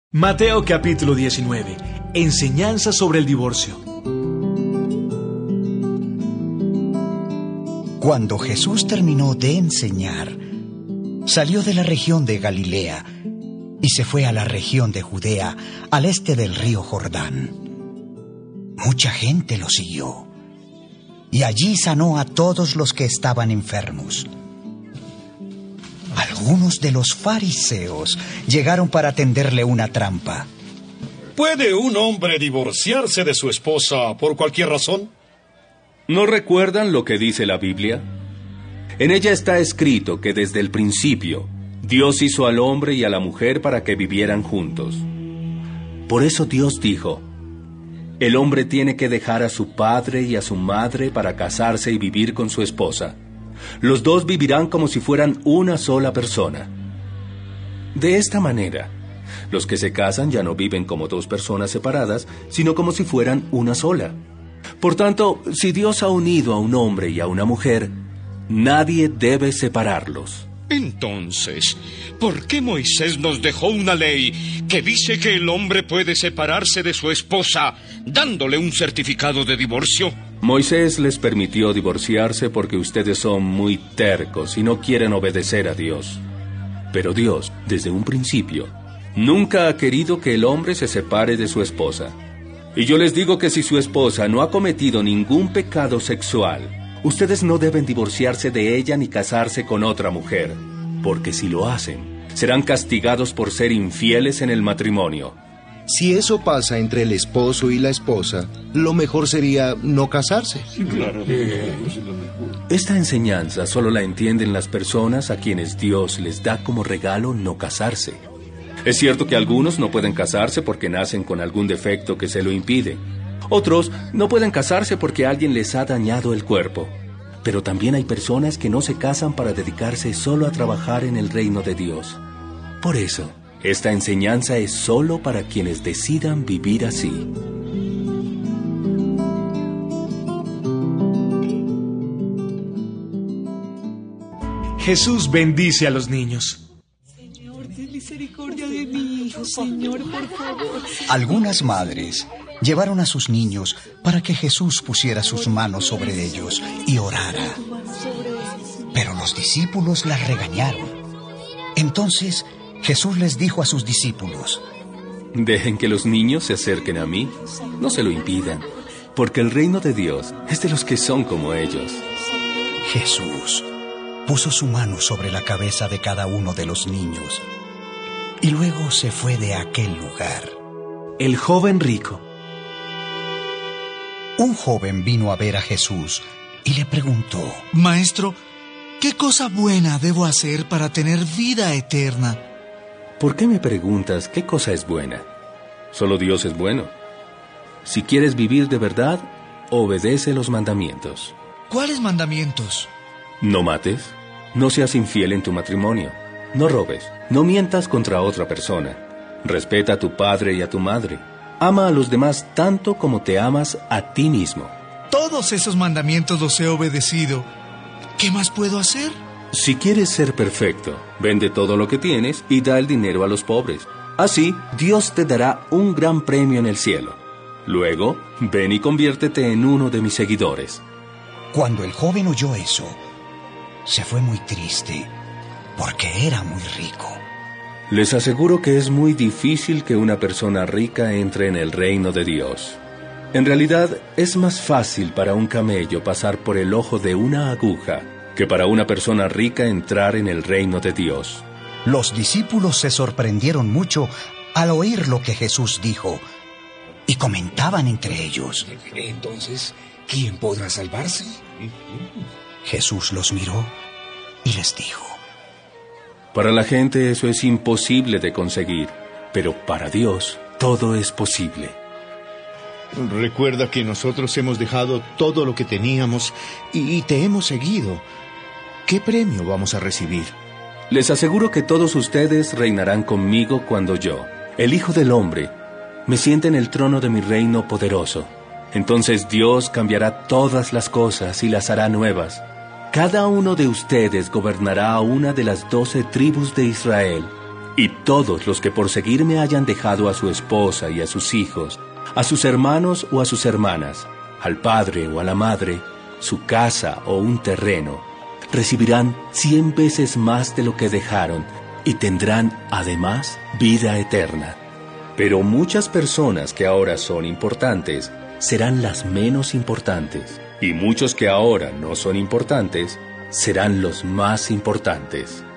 Mateo capítulo 19. Enseñanza sobre el divorcio. Cuando Jesús terminó de enseñar, salió de la región de Galilea y se fue a la región de Judea, al este del río Jordán. Mucha gente lo siguió, y allí sanó a todos los que estaban enfermos. Algunos de los fariseos llegaron para tenderle una trampa. ¿Puede un hombre divorciarse de su esposa por cualquier razón? ¿No recuerdan lo que dice la Biblia? En ella está escrito que desde el principio Dios hizo al hombre y a la mujer para que vivieran juntos. Por eso Dios dijo: el hombre tiene que dejar a su padre y a su madre para casarse y vivir con su esposa. Los dos vivirán como si fueran una sola persona. De esta manera, los que se casan ya no viven como dos personas separadas, sino como si fueran una sola. Por tanto, si Dios ha unido a un hombre y a una mujer, nadie debe separarlos. Entonces, ¿por qué Moisés nos dejó una ley que dice que el hombre puede separarse de su esposa dándole un certificado de divorcio? Moisés les permitió divorciarse porque ustedes son muy tercos y no quieren obedecer a Dios. Pero Dios, desde un principio, nunca ha querido que el hombre se separe de su esposa. Y yo les digo que si su esposa no ha cometido ningún pecado sexual, ustedes no deben divorciarse de ella ni casarse con otra mujer, porque si lo hacen, serán castigados por ser infieles en el matrimonio. Si eso pasa entre el esposo y la esposa, lo mejor sería no casarse. Esta enseñanza solo la entienden las personas a quienes Dios les da como regalo no casarse. Es cierto que algunos no pueden casarse porque nacen con algún defecto que se lo impide. Otros no pueden casarse porque alguien les ha dañado el cuerpo. Pero también hay personas que no se casan para dedicarse solo a trabajar en el reino de Dios. Por eso, esta enseñanza es solo para quienes decidan vivir así. Jesús bendice a los niños. Señor, ten misericordia de mi hijo, Señor, por favor. Algunas madres llevaron a sus niños para que Jesús pusiera sus manos sobre ellos y orara. Pero los discípulos las regañaron. Entonces Jesús les dijo a sus discípulos: dejen que los niños se acerquen a mí, no se lo impidan, porque el reino de Dios es de los que son como ellos. Jesús puso su mano sobre la cabeza de cada uno de los niños y luego se fue de aquel lugar. El joven rico. Un joven vino a ver a Jesús y le preguntó: Maestro, ¿qué cosa buena debo hacer para tener vida eterna? ¿Por qué me preguntas qué cosa es buena? Solo Dios es bueno. Si quieres vivir de verdad, obedece los mandamientos. ¿Cuáles mandamientos? No mates, no seas infiel en tu matrimonio, no robes, no mientas contra otra persona, respeta a tu padre y a tu madre, ama a los demás tanto como te amas a ti mismo. Todos esos mandamientos los he obedecido. ¿Qué más puedo hacer? Si quieres ser perfecto, vende todo lo que tienes y da el dinero a los pobres. Así, Dios te dará un gran premio en el cielo. Luego, ven y conviértete en uno de mis seguidores. Cuando el joven oyó eso, se fue muy triste, porque era muy rico. Les aseguro que es muy difícil que una persona rica entre en el reino de Dios. En realidad, es más fácil para un camello pasar por el ojo de una aguja que para una persona rica entrar en el reino de Dios. Los discípulos se sorprendieron mucho al oír lo que Jesús dijo y comentaban entre ellos: Entonces, ¿quién podrá salvarse? Jesús los miró y les dijo: para la gente eso es imposible de conseguir, pero para Dios todo es posible. Recuerda que nosotros hemos dejado todo lo que teníamos y te hemos seguido. ¿Qué premio vamos a recibir? Les aseguro que todos ustedes reinarán conmigo cuando yo, el Hijo del Hombre, me siente en el trono de mi reino poderoso. Entonces Dios cambiará todas las cosas y las hará nuevas. Cada uno de ustedes gobernará a una de las 12 tribus de Israel Y todos los que por seguirme hayan dejado a su esposa y a sus hijos, a sus hermanos o a sus hermanas, al padre o a la madre, su casa o un terreno, recibirán 100 veces más de lo que dejaron y tendrán, además, vida eterna. Pero muchas personas que ahora son importantes serán las menos importantes, y muchos que ahora no son importantes serán los más importantes.